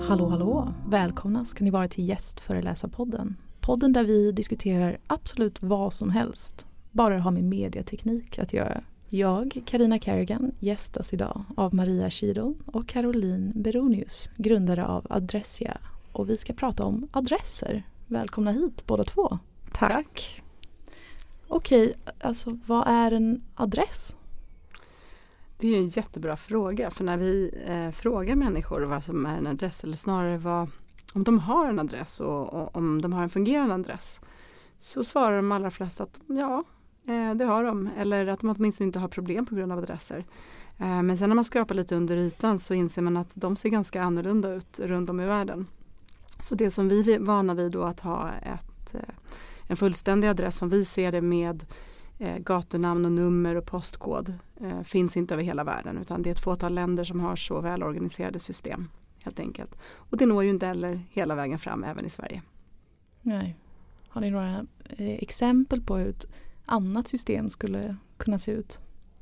Hallå, hallå. Välkomna ska ni vara till Gästföreläsarpodden. Podden där vi diskuterar absolut vad som helst. Bara det har med mediateknik att göra. Jag, Carina Kerrigan, gästas idag av Maria Kidon och Caroline Beronius, grundare av Adressia. Och vi ska prata om adresser. Välkomna hit båda två. Tack. Okej, alltså vad är en adress? Det är ju en jättebra fråga, för när vi frågar människor vad som är en adress, eller snarare om de har en adress och om de har en fungerande adress, så svarar de allra flesta att ja, det har de, eller att de åtminstone inte har problem på grund av adresser. Men sen när man skrapar lite under ytan så inser man att de ser ganska annorlunda ut runt om i världen. Så det som vi är vana vid då att ha en fullständig adress som vi ser det med gatunamn och nummer och postkod finns inte över hela världen, utan det är ett fåtal länder som har så väl organiserade system helt enkelt. Och det når ju inte heller hela vägen fram även i Sverige. Nej. Har ni några exempel på hur ett annat system skulle kunna se ut?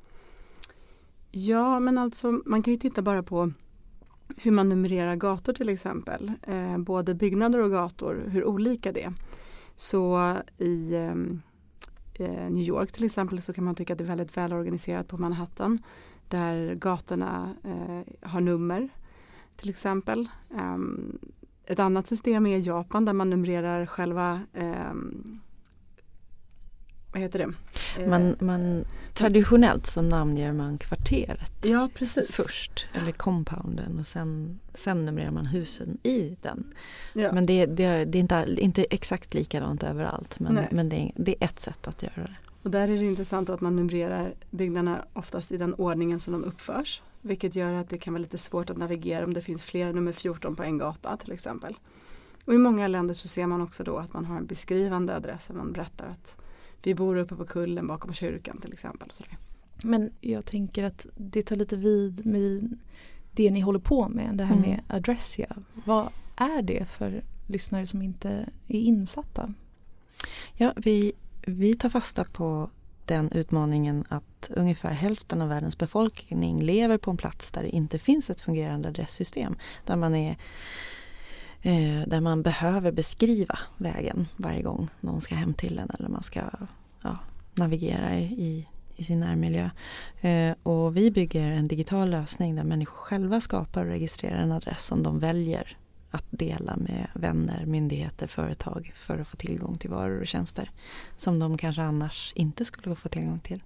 Ja, men alltså man kan ju titta bara på hur man numrerar gator till exempel. Både byggnader och gator, hur olika det är. Så i New York till exempel så kan man tycka att det är väldigt välorganiserat på Manhattan, där gatorna har nummer till exempel. Ett annat system är Japan där man numrerar själva vad heter det? Traditionellt så namnger man kvarteret, ja, precis, först, eller compounden, och sen numrerar man husen i den. Ja. Men det är inte exakt likadant överallt, men det är ett sätt att göra det. Och där är det intressant att man numrerar byggnaderna oftast i den ordningen som de uppförs, vilket gör att det kan vara lite svårt att navigera om det finns flera nummer 14 på en gata till exempel. Och i många länder så ser man också då att man har en beskrivande adress, där man berättar att vi bor uppe på kullen bakom kyrkan till exempel. Och sådär. Men jag tänker att det tar lite vid med det ni håller på med, det här med Adressia. Vad är det för lyssnare som inte är insatta? Ja, vi tar fasta på den utmaningen att ungefär hälften av världens befolkning lever på en plats där det inte finns ett fungerande adresssystem. Där man behöver beskriva vägen varje gång någon ska hem till en, eller man ska navigera i sin närmiljö. Och vi bygger en digital lösning där människor själva skapar och registrerar en adress som de väljer att dela med vänner, myndigheter, företag för att få tillgång till varor och tjänster som de kanske annars inte skulle få tillgång till.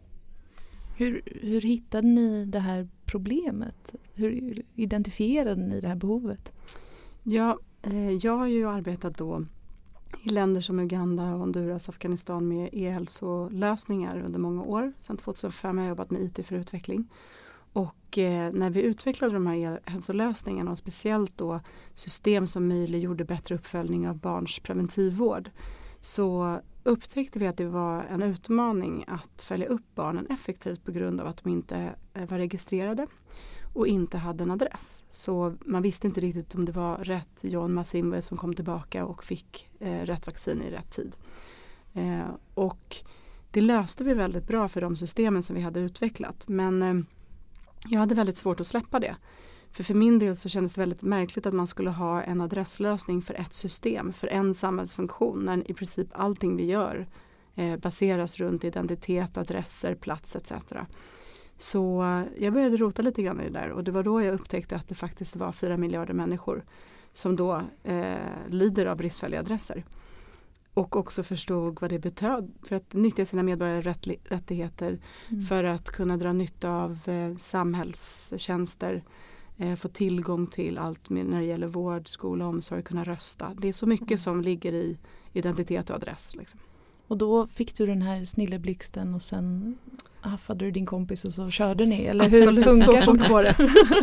Hur hittade ni det här problemet? Hur identifierade ni det här behovet? Ja, jag har ju arbetat då i länder som Uganda, Honduras, Afghanistan med e-hälsolösningar under många år. Sedan 2005 har jag jobbat med IT för utveckling. Och när vi utvecklade de här e-hälsolösningarna, och speciellt då system som möjliggjorde bättre uppföljning av barns preventivvård, så upptäckte vi att det var en utmaning att följa upp barnen effektivt på grund av att de inte var registrerade och inte hade en adress. Så man visste inte riktigt om det var rätt John Masimwe som kom tillbaka och fick rätt vaccin i rätt tid. Och det löste vi väldigt bra för de systemen som vi hade utvecklat. Men jag hade väldigt svårt att släppa det. För min del så kändes det väldigt märkligt att man skulle ha en adresslösning för ett system, för en samhällsfunktion, när i princip allting vi gör baseras runt identitet, adresser, plats etc. Så jag började rota lite grann i det där, och det var då jag upptäckte att det faktiskt var 4 miljarder människor som då lider av bristfälliga adresser. Och också förstod vad det betöd för att nyttja sina medborgerliga rättigheter, för att kunna dra nytta av samhällstjänster, få tillgång till allt när det gäller vård, skola, omsorg, kunna rösta. Det är så mycket som ligger i identitet och adress liksom. Och då fick du den här snilleblixten och sen haffade du din kompis och så körde ni? Eller absolut, hur funkar så fort på det.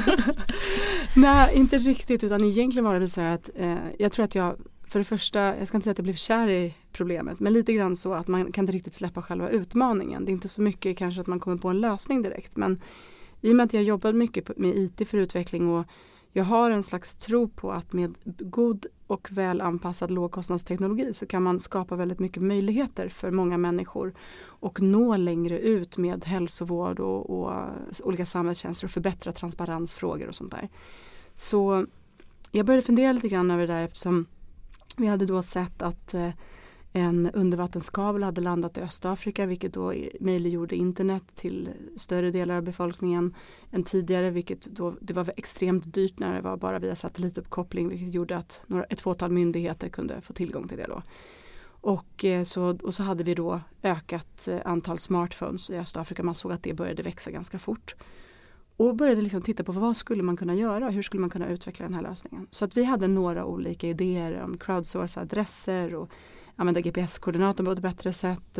Nej, inte riktigt, utan egentligen var det så här att jag tror att jag, för det första, jag ska inte säga att jag blev kär i problemet, men lite grann så att man kan inte riktigt släppa själva utmaningen. Det är inte så mycket kanske att man kommer på en lösning direkt, men i och med att jag jobbat mycket med IT för utveckling, och jag har en slags tro på att med god och väl anpassad lågkostnadsteknologi så kan man skapa väldigt mycket möjligheter för många människor och nå längre ut med hälsovård och olika samhällstjänster och förbättra transparensfrågor och sånt där. Så jag började fundera lite grann över det där eftersom vi hade då sett att en undervattenskabel hade landat i Östafrika, vilket då möjliggjorde internet till större delar av befolkningen än tidigare, vilket då det var extremt dyrt när det var bara via satellituppkoppling, vilket gjorde att ett fåtal myndigheter kunde få tillgång till det då. Och så hade vi då ökat antal smartphones i Östafrika. Man såg att det började växa ganska fort. Och började liksom titta på vad skulle man kunna göra och hur skulle man kunna utveckla den här lösningen. Så att vi hade några olika idéer om crowdsource adresser och använda GPS-koordinater på ett bättre sätt.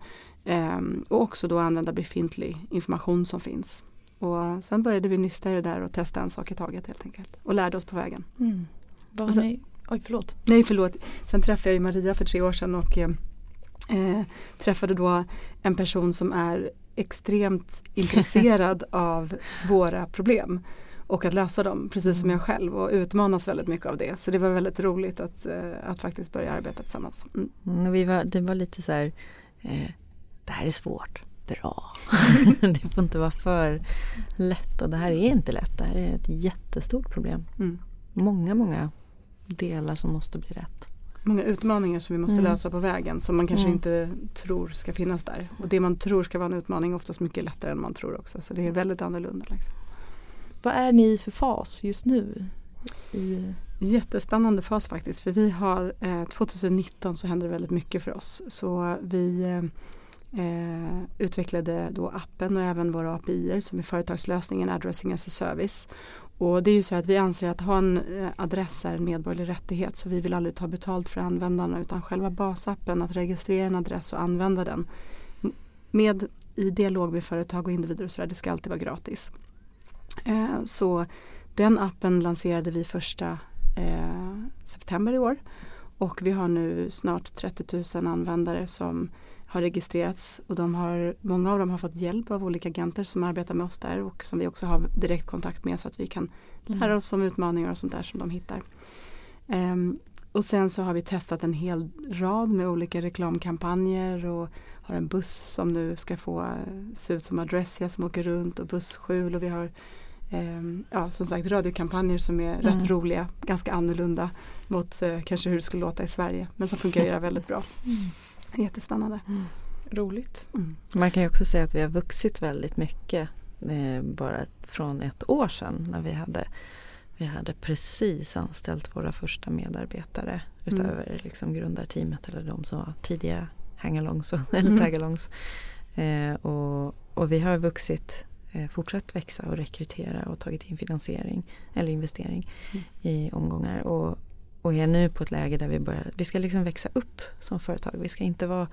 Och också då använda befintlig information som finns. Och sen började vi nysta i det där och testa en sak i taget helt enkelt. Och lärde oss på vägen. Vad har ni... Oj, förlåt. Nej, förlåt. Sen träffade jag ju Maria för 3 år sedan och träffade då en person som är extremt intresserad av svåra problem och att lösa dem, precis som jag själv, och utmanas väldigt mycket av det. Så det var väldigt roligt att faktiskt börja arbeta tillsammans. Det var lite så här, det här är svårt, bra. Det får inte vara för lätt, och det här är inte lätt. Det här är ett jättestort problem. Många delar som måste bli rätt. Många utmaningar som vi måste lösa på vägen som man kanske inte tror ska finnas där. Och det man tror ska vara en utmaning är oftast mycket lättare än man tror också. Så det är väldigt annorlunda. Liksom. Vad är ni i för fas just nu? Jättespännande fas faktiskt. För vi har 2019 så hände det väldigt mycket för oss. Så vi utvecklade då appen och även våra API:er som är företagslösningen Addressing as a Service. Och det är ju så att vi anser att ha en adress är en medborgerlig rättighet, så vi vill aldrig ta betalt för användarna, utan själva basappen, att registrera en adress och använda den i dialog med företag och individer och så där, det ska alltid vara gratis. Så den appen lanserade vi 1 september i år, och vi har nu snart 30 000 användare som har registrerats, och många av dem har fått hjälp av olika agenter som arbetar med oss där och som vi också har direkt kontakt med, så att vi kan lära oss om utmaningar och sånt där som de hittar. Och sen så har vi testat en hel rad med olika reklamkampanjer och har en buss som nu ska få se ut som Adressia som åker runt, och busskjul, och vi har som sagt radiokampanjer som är rätt roliga, ganska annorlunda mot kanske hur det skulle låta i Sverige, men som fungerar väldigt bra. Jättespännande. Roligt. Man kan ju också säga att vi har vuxit väldigt mycket bara från 1 år sedan, när vi hade precis anställt våra första medarbetare utöver liksom grundarteamet eller de som var tidiga hangalongs eller tagalongs. Och vi har vuxit, fortsatt växa och rekrytera och tagit in finansiering eller investering i omgångar, och är nu på ett läge där vi ska liksom växa upp som företag. Vi ska inte vara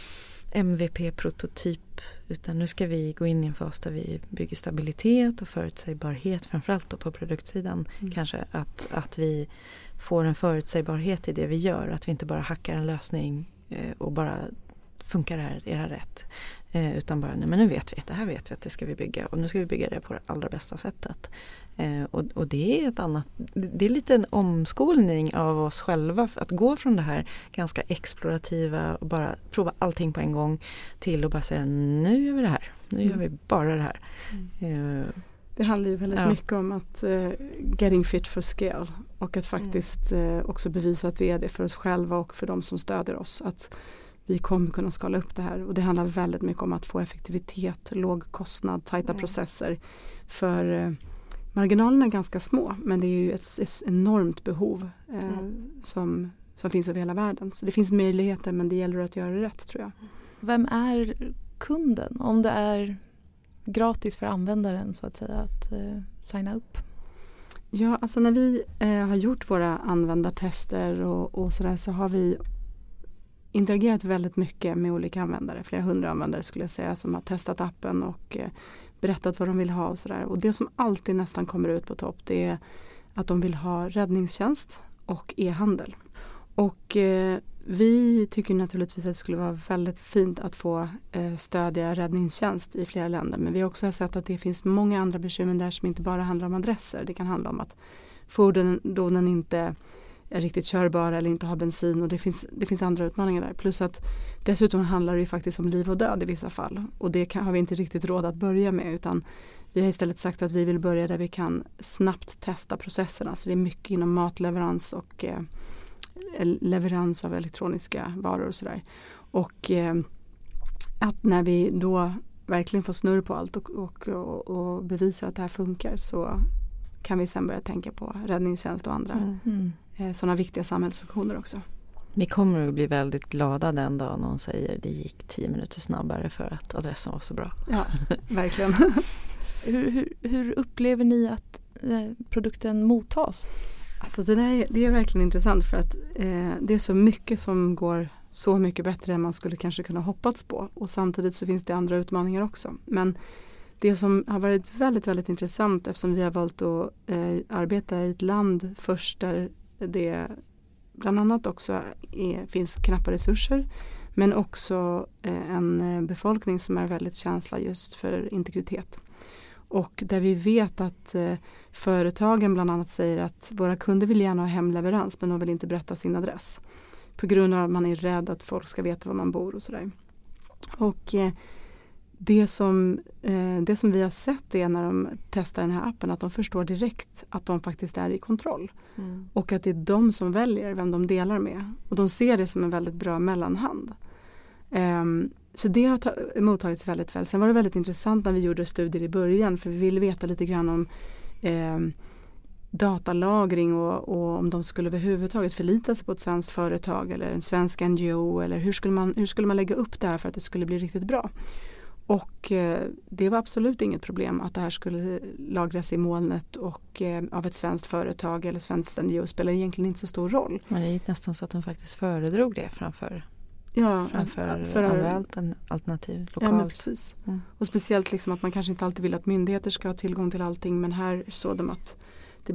MVP-prototyp, utan nu ska vi gå in i en fas där vi bygger stabilitet och förutsägbarhet, framförallt då på produktsidan. Kanske att vi får en förutsägbarhet i det vi gör, att vi inte bara hackar en lösning och bara funkar det här, är det rätt? Utan bara, nej, men nu vet vi att det ska vi bygga, och nu ska vi bygga det på det allra bästa sättet. Och det är det är lite en omskolning av oss själva, för att gå från det här ganska explorativa och bara prova allting på en gång till att bara säga, nu gör vi det här, nu gör vi bara det här. Det handlar ju väldigt mycket om att getting fit for scale, och att faktiskt också bevisa att vi är det för oss själva och för de som stöder oss, att vi kommer kunna skala upp det här, och det handlar väldigt mycket om att få effektivitet, låg kostnad, tajta processer, för marginalerna är ganska små, men det är ju ett enormt behov som finns över hela världen. Så det finns möjligheter, men det gäller att göra det rätt, tror jag. Vem är kunden? Om det är gratis för användaren så att säga att signa upp? Ja, alltså när vi har gjort våra användartester och sådär, så har vi interagerat väldigt mycket med olika användare. Flera 100 användare skulle jag säga, som har testat appen och berättat vad de vill ha och sådär. Och det som alltid nästan kommer ut på topp, det är att de vill ha räddningstjänst och e-handel. Och vi tycker naturligtvis att det skulle vara väldigt fint att få stödja räddningstjänst i flera länder. Men vi har också sett att det finns många andra bekymmer där som inte bara handlar om adresser. Det kan handla om att fordonen inte är riktigt körbara eller inte har bensin, och det finns andra utmaningar där. Plus att dessutom handlar det ju faktiskt om liv och död i vissa fall, och det har vi inte riktigt råd att börja med, utan vi har istället sagt att vi vill börja där vi kan snabbt testa processerna. Så det är mycket inom matleverans och leverans av elektroniska varor och sådär. Och att när vi då verkligen får snurr på allt och bevisar att det här funkar, så kan vi sen börja tänka på räddningstjänst och andra sådana viktiga samhällsfunktioner också. Vi kommer att bli väldigt glada den dag någon säger det gick 10 minuter snabbare för att adressen var så bra. Ja, verkligen. Hur upplever ni att produkten mottas? Alltså det är verkligen intressant, för att det är så mycket som går så mycket bättre än man skulle kanske kunna hoppats på. Och samtidigt så finns det andra utmaningar också. Men det som har varit väldigt, väldigt intressant, eftersom vi har valt att arbeta i ett land först där det bland annat också finns knappa resurser, men också en befolkning som är väldigt känslig just för integritet. Och där vi vet att företagen bland annat säger att våra kunder vill gärna ha hemleverans, men de vill inte berätta sin adress. På grund av att man är rädd att folk ska veta var man bor och sådär. Och det som vi har sett är när de testar den här appen, att de förstår direkt att de faktiskt är i kontroll. Och att det är de som väljer vem de delar med. Och de ser det som en väldigt bra mellanhand. Så det har mottagits väldigt väl. Sen var det väldigt intressant när vi gjorde studier i början, för vi ville veta lite grann om datalagring och om de skulle överhuvudtaget förlita sig på ett svenskt företag eller en svensk NGO, eller hur skulle man lägga upp det här för att det skulle bli riktigt bra. Och det var absolut inget problem att det här skulle lagras i molnet och av ett svenskt företag eller svenskt NGO spelar egentligen inte så stor roll. Men det är nästan så att de faktiskt föredrog det framför andra alternativ lokalt. Ja, men precis. Och speciellt liksom att man kanske inte alltid vill att myndigheter ska ha tillgång till allting, men här såg de att det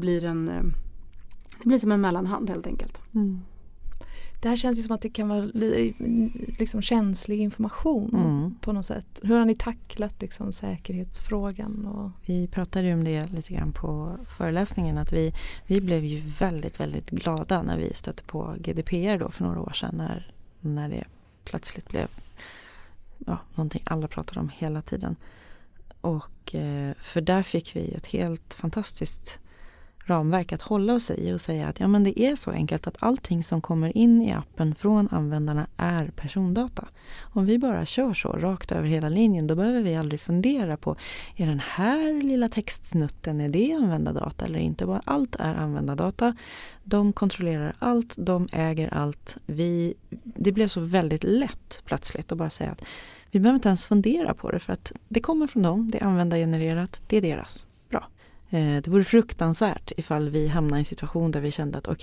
blir som en mellanhand helt enkelt. Det här känns ju som att det kan vara liksom känslig information på något sätt. Hur har ni tacklat liksom säkerhetsfrågan? Vi pratade ju om det lite grann på föreläsningen, att vi blev ju väldigt, väldigt glada när vi stötte på GDPR då för några år sedan, när det plötsligt blev någonting alla pratade om hela tiden. Och för där fick vi ett helt fantastiskt ramverk att hålla oss i och säga att men det är så enkelt att allting som kommer in i appen från användarna är persondata. Om vi bara kör så rakt över hela linjen, då behöver vi aldrig fundera på, är den här lilla textsnutten, är det användardata eller inte? Bara allt är användardata. De kontrollerar allt, de äger allt. Det blev så väldigt lätt plötsligt att bara säga att vi behöver inte ens fundera på det, för att det kommer från dem, det är användargenererat, det är deras. Bra. Det vore fruktansvärt ifall vi hamnar i en situation där vi kände att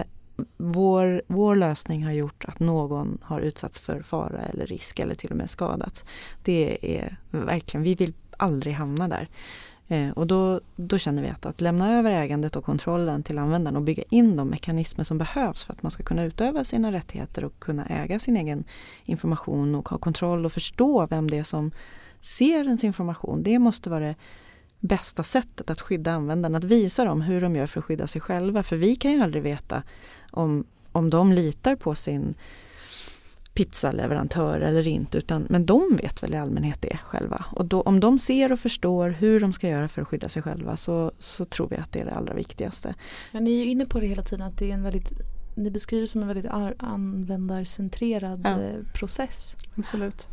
vår lösning har gjort att någon har utsatts för fara eller risk eller till och med skadats. Det är verkligen, vi vill aldrig hamna där. Och då känner vi att lämna över ägandet och kontrollen till användaren och bygga in de mekanismer som behövs för att man ska kunna utöva sina rättigheter och kunna äga sin egen information och ha kontroll och förstå vem det är som ser ens information. Det måste vara det bästa sättet att skydda användarna, att visa dem hur de gör för att skydda sig själva. För vi kan ju aldrig veta om de litar på sin pizzaleverantör eller inte, men de vet väl i allmänhet det själva. Och då, om de ser och förstår hur de ska göra för att skydda sig själva, så tror vi att det är det allra viktigaste. Ja, ni är ju inne på det hela tiden, att det är ni beskriver det som en väldigt användarcentrerad process. Absolut.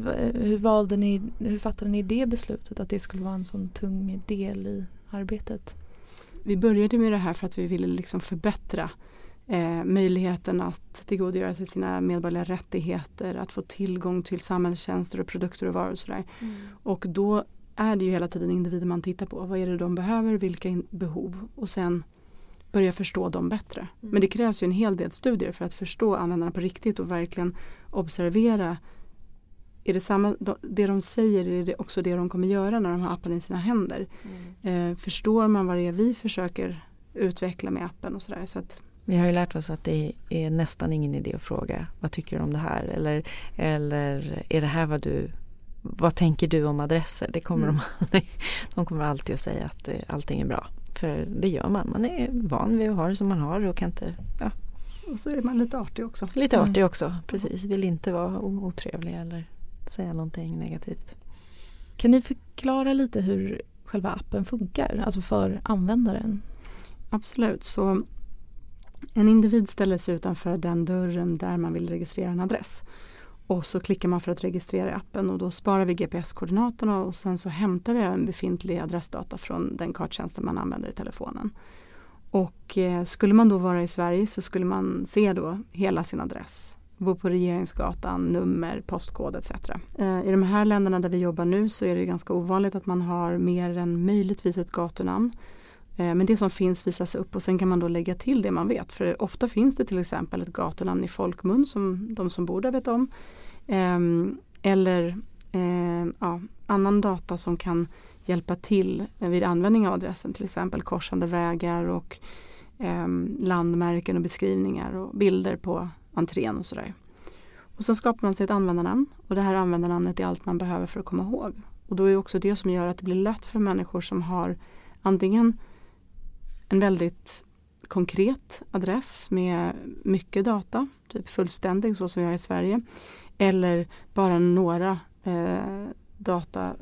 Hur fattade ni det beslutet att det skulle vara en sån tung del i arbetet? Vi började med det här för att vi ville liksom förbättra möjligheten att tillgodogöra sig sina medborgerliga rättigheter, att få tillgång till samhällstjänster och produkter och varor och sådär. Och då är det ju hela tiden individer man tittar på. Vad är det de behöver, vilka behov, och sen börja förstå dem bättre. Men det krävs ju en hel del studier för att förstå användarna på riktigt och verkligen observera. Är det samma, det de säger, är det också det de kommer göra när de har appen i sina händer? Förstår man vad det är vi försöker utveckla med appen och sådär? Så att vi har ju lärt oss att det är nästan ingen idé att fråga, vad tycker du om det här? Eller är det här vad tänker du om adresser? Det kommer de kommer alltid att säga att allting är bra. för det gör man. Man är van vid att ha det som man har och kan inte... Ja. Och så är man lite artig också. Lite artig också, precis. Vill inte vara otrevlig eller säga någonting negativt. Kan ni förklara lite hur själva appen funkar, alltså för användaren? Absolut, så en individ ställer sig utanför den dörren där man vill registrera en adress. Och så klickar man för att registrera i appen och då sparar vi GPS-koordinaterna och sen så hämtar vi en befintlig adressdata från den karttjänsten man använder i telefonen. Och skulle man då vara i Sverige så skulle man se då hela sin adress. Bo på Regeringsgatan, nummer, postkod etc. I de här länderna där vi jobbar nu så är det ganska ovanligt att man har mer än möjligtvis ett gatunamn. Men det som finns visas upp och sen kan man då lägga till det man vet. För ofta finns det till exempel ett gatunamn i folkmun som de som bor där vet om. Eller annan data som kan hjälpa till vid användning av adressen. Till exempel korsande vägar och landmärken och beskrivningar och bilder på entrén och sådär. Och sen skapar man sig ett användarnamn och det här användarnamnet är allt man behöver för att komma ihåg. Och då är också det som gör att det blir lätt för människor som har antingen en väldigt konkret adress med mycket data, typ fullständig så som vi har i Sverige, eller bara några data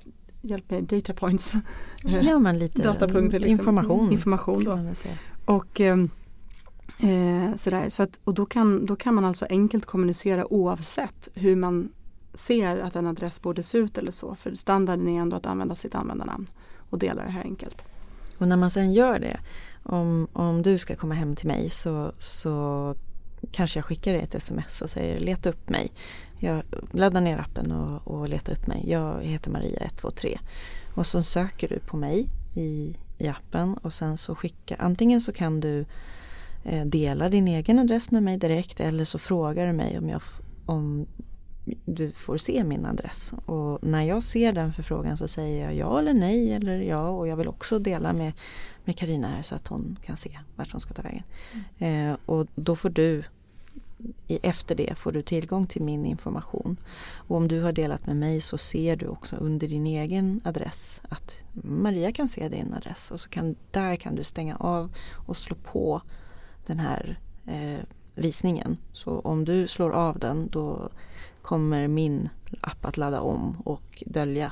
points. Ja, men lite datapunkter, liksom. Information då. Och sådär. Så att, och då kan man alltså enkelt kommunicera oavsett hur man ser att en adress borde se ut eller så. För standarden är ändå att använda sitt användarnamn och dela det här enkelt. Och när man sen gör det, om du ska komma hem till mig så kanske jag skickar dig ett sms och säger leta upp mig. Jag laddar ner appen och letar upp mig. Jag heter Maria 123. Och så söker du på mig i appen och sen så antingen så kan du dela din egen adress med mig direkt eller så frågar du mig om du får se min adress. Och när jag ser den förfrågan så säger jag ja eller nej eller ja, och jag vill också dela med Carina här så att hon kan se vart hon ska ta vägen. Och då får du efter det får du tillgång till min information. Och om du har delat med mig så ser du också under din egen adress att Maria kan se din adress. Och så där kan du stänga av och slå på den här visningen. Så om du slår av den då kommer min app att ladda om och dölja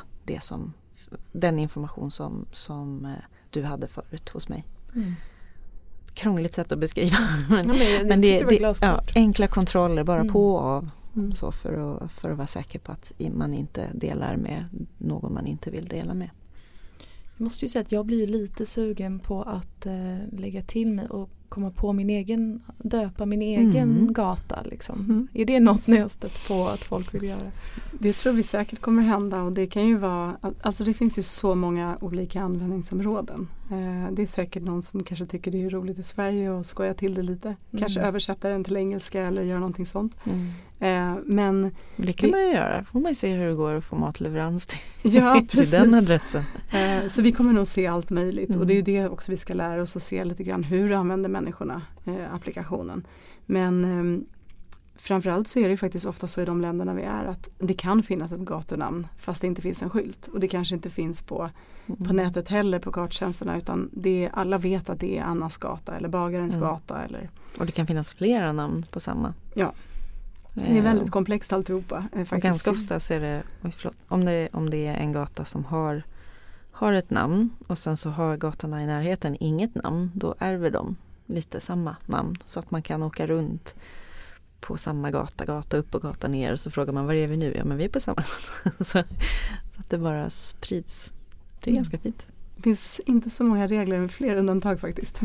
den information som du hade förut hos mig. Krångligt sätt att beskriva. Men det är enkla kontroller bara på och av. Så för att vara säker på att man inte delar med någon man inte vill dela med. Jag måste ju säga att jag blir lite sugen på att lägga till mig och komma på döpa min egen gata liksom. Är det något ni har stött på att folk vill göra? Det tror vi säkert kommer hända och det kan ju vara, alltså det finns ju så många olika användningsområden. Det är säkert någon som kanske tycker det är roligt i Sverige och skojar till det lite. Kanske översätta den till engelska eller göra någonting sånt. Men det kan man ju göra. Får man se hur det går att få matleverans till, till den adressen. Så vi kommer nog se allt möjligt och det är ju det också vi ska lära oss att se lite grann hur använder människorna applikationen. Men framförallt så är det faktiskt ofta så i de länderna vi är att det kan finnas ett gatunamn fast det inte finns en skylt. Och det kanske inte finns på nätet heller på karttjänsterna utan alla vet att det är Annas gata eller Bagarens gata. Och det kan finnas flera namn på samma. Ja, det är väldigt komplext alltihopa. Och ganska ofta så är det, om det är en gata som har ett namn och sen så har gatorna i närheten inget namn, då ärver de lite samma namn så att man kan åka runt på samma gata upp och gata ner och så frågar man var är vi nu? Ja men vi är på samma gata. Så att det bara sprids. Det är ganska fint. Det finns inte så många regler men fler undantag faktiskt.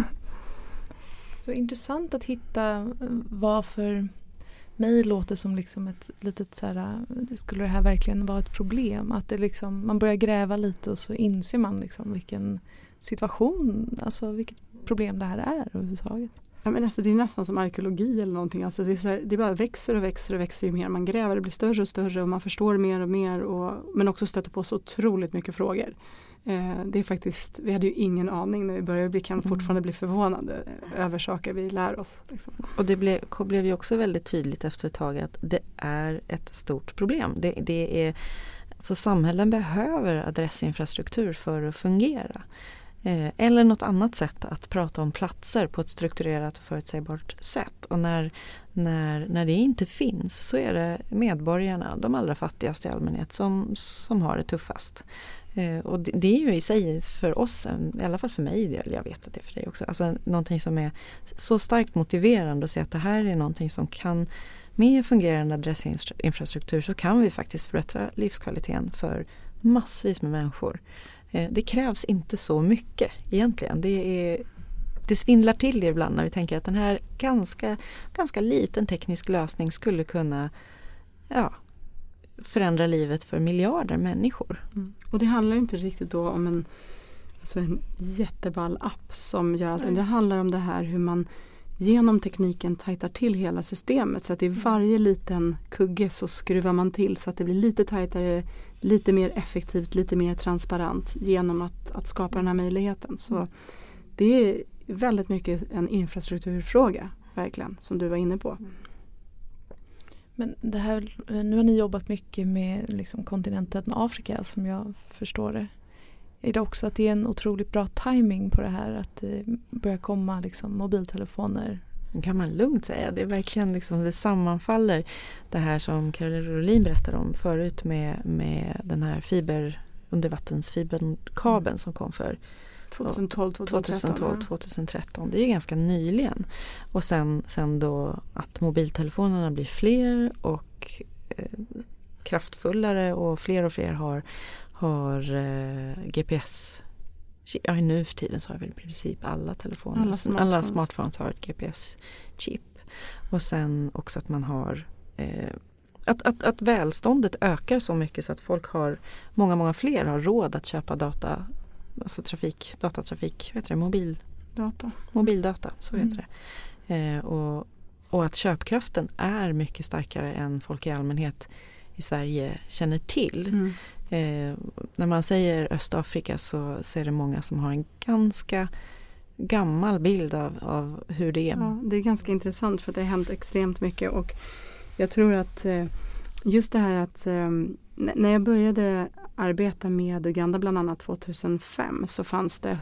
Så intressant att hitta vad för mig låter som liksom ett litet så här, skulle det här verkligen vara ett problem? Att det liksom, man börjar gräva lite och så inser man liksom vilken situation, alltså vilket problem det här är överhuvudtaget. Ja, men alltså, det är nästan som arkeologi eller någonting. Alltså, det bara växer och växer och växer ju mer man gräver. Det blir större och större och man förstår mer och mer. Men också stöter på så otroligt mycket frågor. Det är faktiskt, vi hade ju ingen aning när vi började. Vi kan fortfarande bli förvånade över saker vi lär oss. Liksom. Och det blev ju också väldigt tydligt efter ett tag att det är ett stort problem. Det är, så samhällen behöver adressinfrastruktur för att fungera. Eller något annat sätt att prata om platser på ett strukturerat och förutsägbart sätt. Och när det inte finns så är det medborgarna, de allra fattigaste i allmänhet, som har det tuffast. Och det är ju i sig för oss, i alla fall för mig, jag vet att det är för dig också, alltså någonting som är så starkt motiverande att se att det här är någonting som kan, med fungerande adressinfrastruktur så kan vi faktiskt förbättra livskvaliteten för massvis med människor. Det krävs inte så mycket egentligen. Det svindlar till det ibland när vi tänker att den här ganska liten teknisk lösning skulle kunna förändra livet för miljarder människor. Mm. Och det handlar ju inte riktigt då om en jätteball app som gör allt. Det handlar om det här hur man genom tekniken tajtar till hela systemet så att i varje liten kugge så skruvar man till så att det blir lite tajtare, lite mer effektivt, lite mer transparent genom att skapa den här möjligheten. Så det är väldigt mycket en infrastrukturfråga verkligen som du var inne på. Men det här, nu har ni jobbat mycket med liksom kontinenten Afrika som jag förstår det. Är det också att det är en otroligt bra timing på det här att det börjar komma liksom mobiltelefoner? Det kan man lugnt säga. Det är verkligen liksom, det sammanfaller det här som Caroline Rolin berättade om förut med den här undervattensfiberkabeln som kom för 2012-2013. Det är ju ganska nyligen. Och sen då att mobiltelefonerna blir fler och kraftfullare och fler har GPS. Ja, nu för tiden så har väl i princip alla telefoner. Alla smartphones har ett GPS-chip. Och sen också att man har att välståndet ökar så mycket så att folk har, många fler har råd att köpa datatrafik, mobildata, så heter det. Och att köpkraften är mycket starkare än folk i allmänhet i Sverige känner till. När man säger Östafrika så är det många som har en ganska gammal bild av hur det är. Ja, det är ganska intressant för att det har hänt extremt mycket och jag tror att just det här att när jag började arbeta med Uganda bland annat 2005 så fanns det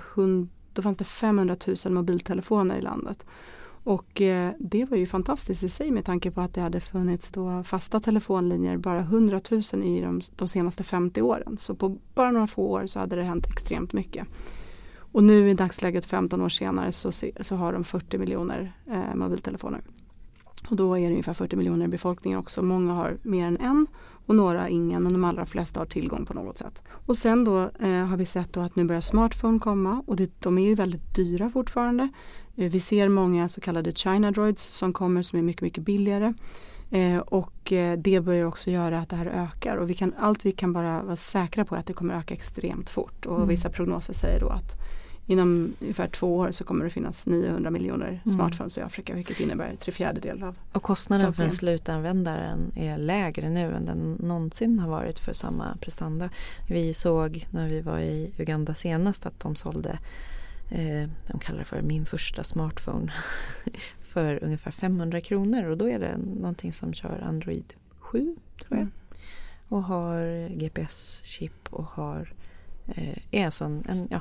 500 000 mobiltelefoner i landet. Och det var ju fantastiskt i sig med tanke på att det hade funnits då fasta telefonlinjer bara 100 000 i de senaste 50 åren. Så på bara några få år så hade det hänt extremt mycket. Och nu i dagsläget 15 år senare så har de 40 miljoner mobiltelefoner. Och då är det ungefär 40 miljoner i befolkningen också. Många har mer än en och några ingen och de allra flesta har tillgång på något sätt. Och sen då har vi sett då att nu börjar smartphone komma och de är ju väldigt dyra fortfarande. Vi ser många så kallade China droids som kommer som är mycket, mycket billigare. Och det börjar också göra att det här ökar. Och vi kan bara vara säkra på att det kommer öka extremt fort. Och vissa prognoser säger då att inom ungefär 2 år så kommer det finnas 900 miljoner smartphones i Afrika, vilket innebär 3/4 av. Och kostnaden för en slutanvändaren är lägre nu än den någonsin har varit för samma prestanda. Vi såg när vi var i Uganda senast att de sålde, de kallar det för min första smartphone, för ungefär 500 kronor. Och då är det någonting som kör Android 7, tror jag. Och har GPS-chip och har är sån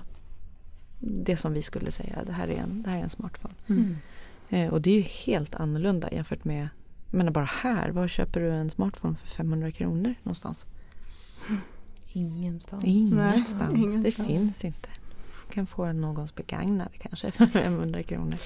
det som vi skulle säga, det här är en smartphone. Och det är ju helt annorlunda jämfört med, jag menar bara här, var köper du en smartphone för 500 kronor någonstans? Ingenstans. Det finns inte. Du kan få en någons begagnade kanske för 500 kronor.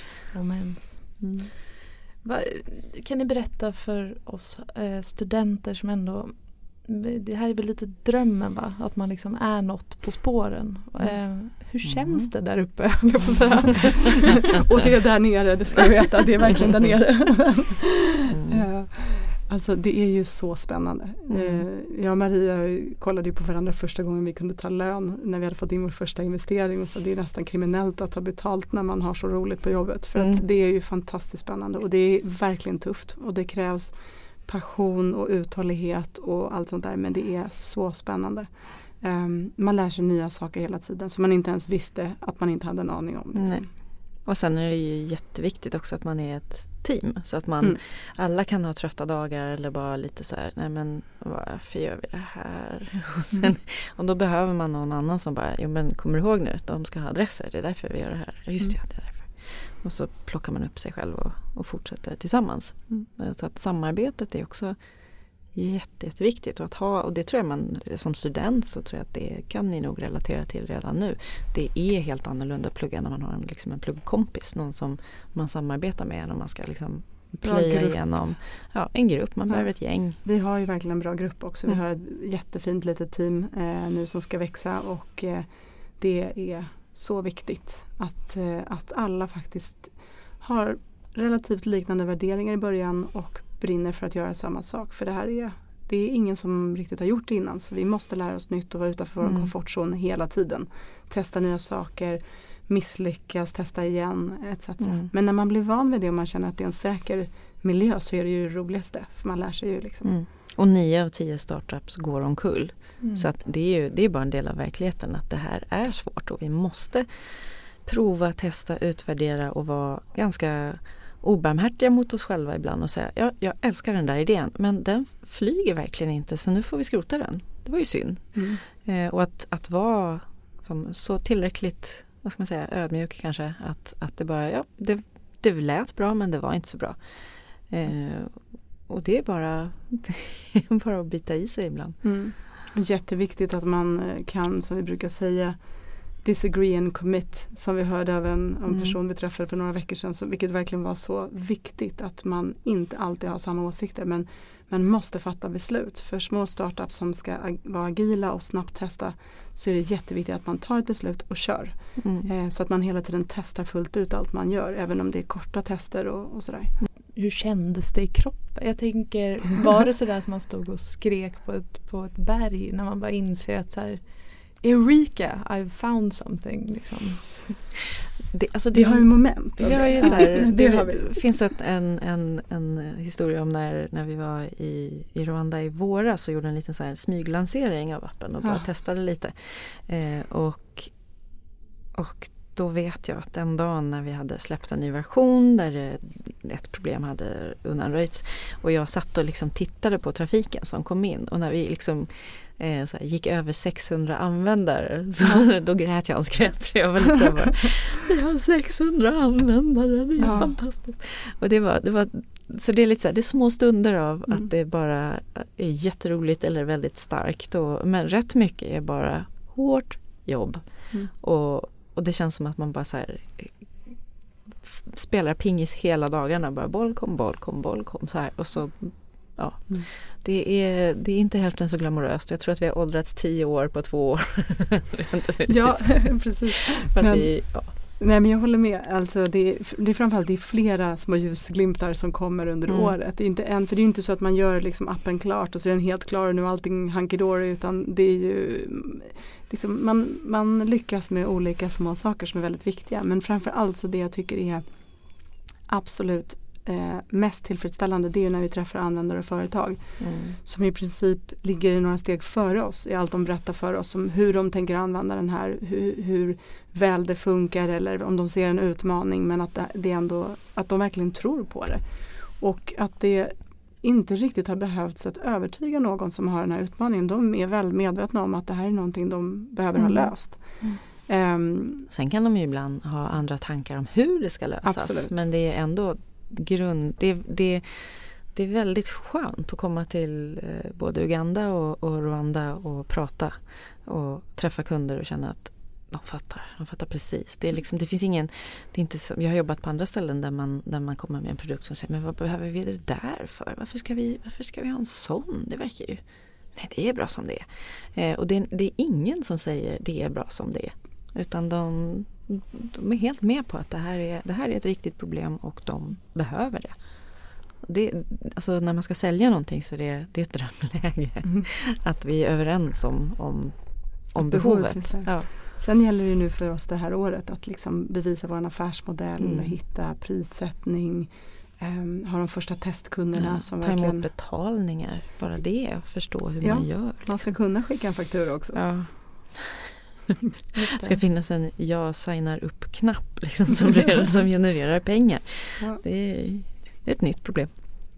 Kan ni berätta för oss studenter som ändå, det här är väl lite drömmen, va? Att man liksom är något på spåren. Hur känns det där uppe? Och det är där nere, det ska du veta. Det är verkligen där nere. Alltså det är ju så spännande. Jag och Maria kollade ju på varandra första gången vi kunde ta lön när vi hade fått in vår första investering. Och så det är nästan kriminellt att ta betalt när man har så roligt på jobbet. För att det är ju fantastiskt spännande och det är verkligen tufft. Och det krävs passion och uthållighet och allt sånt där, men det är så spännande. Man lär sig nya saker hela tiden som man inte ens visste att man inte hade en aning om. Nej. Och sen är det ju jätteviktigt också att man är ett team. Så att man alla kan ha trötta dagar eller bara lite så här, nej men varför gör vi det här? Och då behöver man någon annan som bara, jo men kommer du ihåg nu, de ska ha adresser, det är därför vi gör det här. Ja just det, det är därför. Och så plockar man upp sig själv och fortsätter tillsammans. Så att samarbetet är också jätteviktigt att ha, och det tror jag man som student så tror jag att det kan ni nog relatera till redan nu. Det är helt annorlunda att plugga när man har en pluggkompis, någon som man samarbetar med när man ska liksom plöja igenom en grupp, man behöver ett gäng. Vi har ju verkligen en bra grupp också. Vi har ett jättefint litet team nu som ska växa, och det är så viktigt att alla faktiskt har relativt liknande värderingar i början och brinner för att göra samma sak. För det är ingen som riktigt har gjort det innan. Så vi måste lära oss nytt och vara utanför vår komfortzon hela tiden. Testa nya saker, misslyckas, testa igen etc. Men när man blir van vid det och man känner att det är en säker miljö så är det ju det roligaste. För man lär sig ju liksom. Och 9 av 10 startups går omkull. Så att det är bara en del av verkligheten att det här är svårt. Och vi måste prova, testa, utvärdera och vara ganska obarmhärtiga mot oss själva ibland och säga, jag älskar den där idén men den flyger verkligen inte så nu får vi skrota den. Det var ju synd. Och att vara så tillräckligt, vad ska man säga, ödmjuk kanske, att det bara, det lät bra men det var inte så bra. Och det är bara att bita i sig ibland. Jätteviktigt att man kan, som vi brukar säga, disagree and commit, som vi hörde av en person vi träffade för några veckor sedan, vilket verkligen var så viktigt att man inte alltid har samma åsikter, men man måste fatta beslut. För små startups som ska vara agila och snabbt testa så är det jätteviktigt att man tar ett beslut och kör. Så att man hela tiden testar fullt ut allt man gör, även om det är korta tester och sådär. Hur kändes det i kroppen? Jag tänker, var det sådär att man stod och skrek på ett berg när man bara inser att så här, Eureka, I've found something liksom. Det har ju moment. Det har ju så här, det finns en historia om när vi var i Rwanda i våras så gjorde en liten så här smyglansering av appen och bara testade lite. Och då vet jag att den dagen när vi hade släppt en ny version där ett problem hade undanröjts och jag satt och liksom tittade på trafiken som kom in och när vi liksom så här, gick över 600 användare så då grät jag en skratt. Jag var lite så bara, vi har 600 användare, det är fantastiskt. Och det var så det är lite så här, det är små stunder av att det bara är jätteroligt eller väldigt starkt men rätt mycket är bara hårt jobb och det känns som att man bara så här spelar pingis hela dagarna. Bara boll kom så här. Och så, det är inte hälften så glamoröst. Jag tror att vi har åldrats 10 år på 2 år. Ja, precis. Nej, men jag håller med. Alltså, det är framförallt flera små ljusglimtar som kommer under året. Det är inte för det är inte så att man gör liksom appen klart och så är den helt klar och nu är allting hunky-dory, utan det är ju liksom, man lyckas med olika små saker som är väldigt viktiga. Men framförallt så det jag tycker är absolut mest tillfredsställande, det är när vi träffar användare och företag som i princip ligger några steg före oss i allt de berättar för oss om hur de tänker använda den här, hur väl det funkar eller om de ser en utmaning, men att det ändå, att de verkligen tror på det och att det inte riktigt har behövts att övertyga någon som har den här utmaningen. De är väl medvetna om att det här är någonting de behöver ha löst. Sen kan de ju ibland ha andra tankar om hur det ska lösas. Absolut. Men det är ändå det är väldigt skönt att komma till både Uganda och Rwanda och prata och träffa kunder och känna att de fattar precis. Det är liksom, det finns ingen, det är inte så, jag har jobbat på andra ställen där man kommer med en produkt som säger, men vad behöver vi det där för? Varför ska vi ha en sån? Det verkar ju, nej det är bra som det är. Och det är ingen som säger det är bra som det är. Utan de är helt med på att det här är ett riktigt problem och de behöver det. Alltså när man ska sälja någonting så det är ett drömläge. Att vi är överens om behovet. Ja. Sen gäller det nu för oss det här året att liksom bevisa vår affärsmodell, hitta prissättning, ha de första testkunderna som ta verkligen... emot betalningar, bara det, förstå hur man gör. Man ska kunna skicka en faktura också. Ja. Det ska finnas en jag signar upp-knapp liksom, som genererar pengar. Ja. Det är ett nytt problem.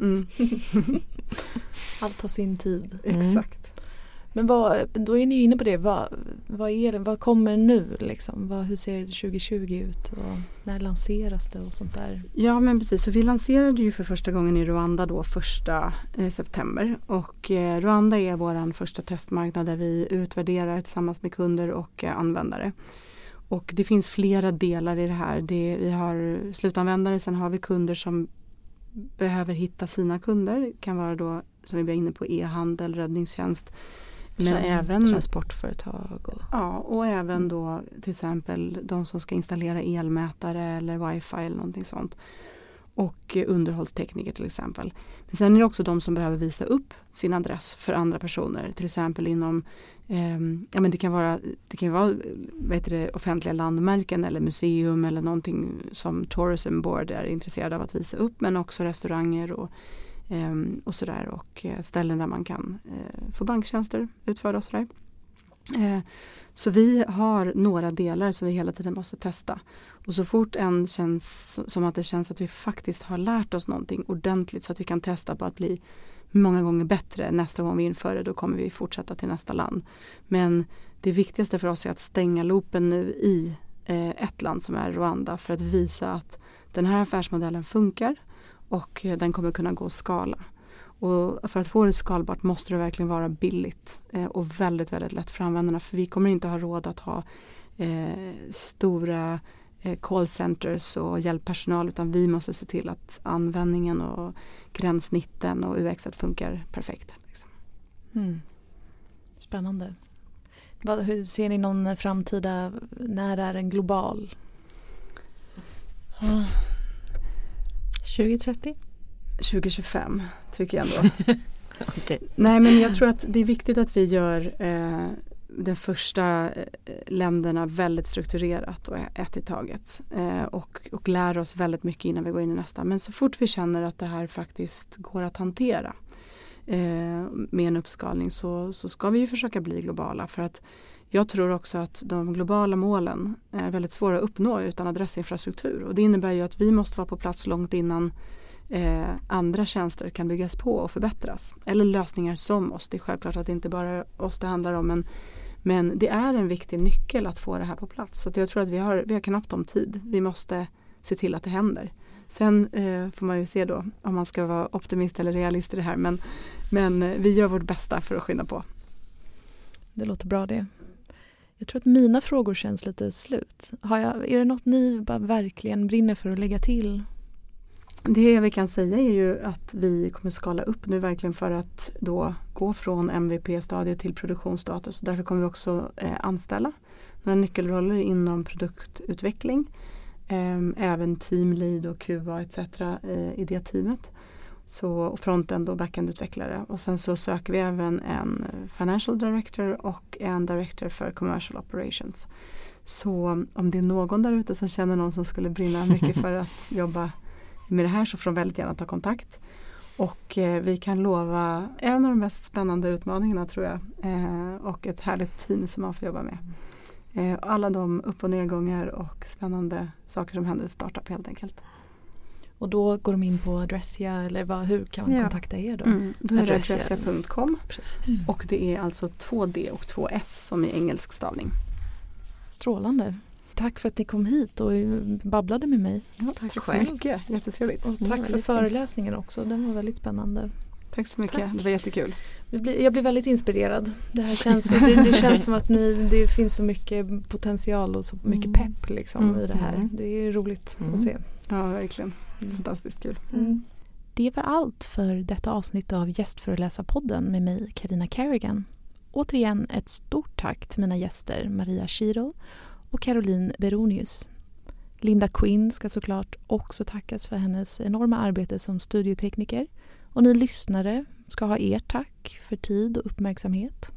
Allt har sin tid. Exakt. Men då är ni ju inne på det. Vad kommer nu liksom? Hur ser 2020 ut? Och när lanseras det och sånt där? Ja, men precis. Så vi lanserade ju för första gången i Rwanda då 1 september. Och Rwanda är vår första testmarknad där vi utvärderar tillsammans med kunder och användare. Och det finns flera delar i det här. Vi har slutanvändare, sen har vi kunder som behöver hitta sina kunder. Det kan vara då, som vi var inne på, e-handel, räddningstjänst. Men även transportföretag. Och även då till exempel de som ska installera elmätare eller wifi eller någonting sånt. Och underhållstekniker till exempel. Men sen är det också de som behöver visa upp sin adress för andra personer. Till exempel inom det kan vara offentliga landmärken eller museum eller någonting som Tourism Board är intresserad av att visa upp. Men också restauranger och sådär, och ställen där man kan få banktjänster utförda och sådär. Så vi har några delar som vi hela tiden måste testa. Och så fort en känns som att det känns att vi faktiskt har lärt oss någonting ordentligt så att vi kan testa på att bli många gånger bättre nästa gång vi inför det, då kommer vi fortsätta till nästa land. Men det viktigaste för oss är att stänga loopen nu i ett land som är Rwanda för att visa att den här affärsmodellen funkar. Och den kommer kunna gå att skala. Och för att få det skalbart måste det verkligen vara billigt och väldigt, väldigt lätt för användarna. För vi kommer inte ha råd att ha stora callcenters och hjälppersonal, utan vi måste se till att användningen och gränssnitten och UX:et funkar perfekt. Liksom. Spännande. Hur ser ni någon framtida, när är den global? 2030? 2025 tycker jag ändå. Okay. Nej, men jag tror att det är viktigt att vi gör de första länderna väldigt strukturerat och ett i taget. Och lär oss väldigt mycket innan vi går in i nästa. Men så fort vi känner att det här faktiskt går att hantera med en uppskalning så ska vi ju försöka bli globala. För att jag tror också att de globala målen är väldigt svåra att uppnå utan adressinfrastruktur. Och det innebär ju att vi måste vara på plats långt innan andra tjänster kan byggas på och förbättras. Eller lösningar som oss. Det är självklart att det inte bara oss det handlar om. Men det är en viktig nyckel att få det här på plats. Så jag tror att vi har knappt om tid. Vi måste se till att det händer. Sen får man ju se då om man ska vara optimist eller realist i det här. Men vi gör vårt bästa för att skynda på. Det låter bra det. Jag tror att mina frågor känns lite slut. Är det något ni bara verkligen brinner för att lägga till? Det vi kan säga är ju att vi kommer skala upp nu verkligen för att då gå från MVP-stadiet till produktionsstatus. Därför kommer vi också anställa några nyckelroller inom produktutveckling. Även teamlead och QA etc. I det teamet. Så frontend och backend-utvecklare. Och sen så söker vi även en financial director och en director för commercial operations. Så om det är någon där ute som känner någon som skulle brinna mycket för att jobba med det här, så får de väldigt gärna ta kontakt. Och vi kan lova en av de mest spännande utmaningarna, tror jag. Och ett härligt team som man får jobba med. Alla de upp- och nedgångar och spännande saker som händer i startup helt enkelt. Och då går de in på Adressia, eller hur kan man kontakta er då? Då är det adressia.com. Och det är alltså 2D och 2S som i engelsk stavning. Strålande. Tack för att ni kom hit och babblade med mig. Ja, tack så mycket. Jättetrevligt. Och tack för föreläsningen också. Den var väldigt spännande. Tack så mycket. Tack. Det var jättekul. Jag blir väldigt inspirerad. Det här känns, det känns som att det finns så mycket potential och så mycket pepp liksom, i det här. Det är roligt att se. Ja, verkligen. Fantastiskt kul. Det var allt för detta avsnitt av Gästföreläsarpodden med mig, Carina Carrigan. Återigen ett stort tack till mina gäster Maria Schiro och Caroline Beronius. Linda Quinn ska såklart också tackas för hennes enorma arbete som studietekniker. Och ni lyssnare ska ha er tack för tid och uppmärksamhet.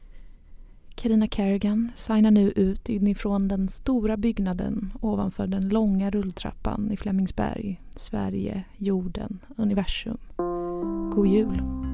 Carina Carrigan signar nu ut inifrån den stora byggnaden ovanför den långa rulltrappan i Flemingsberg, Sverige, jorden, universum. God jul!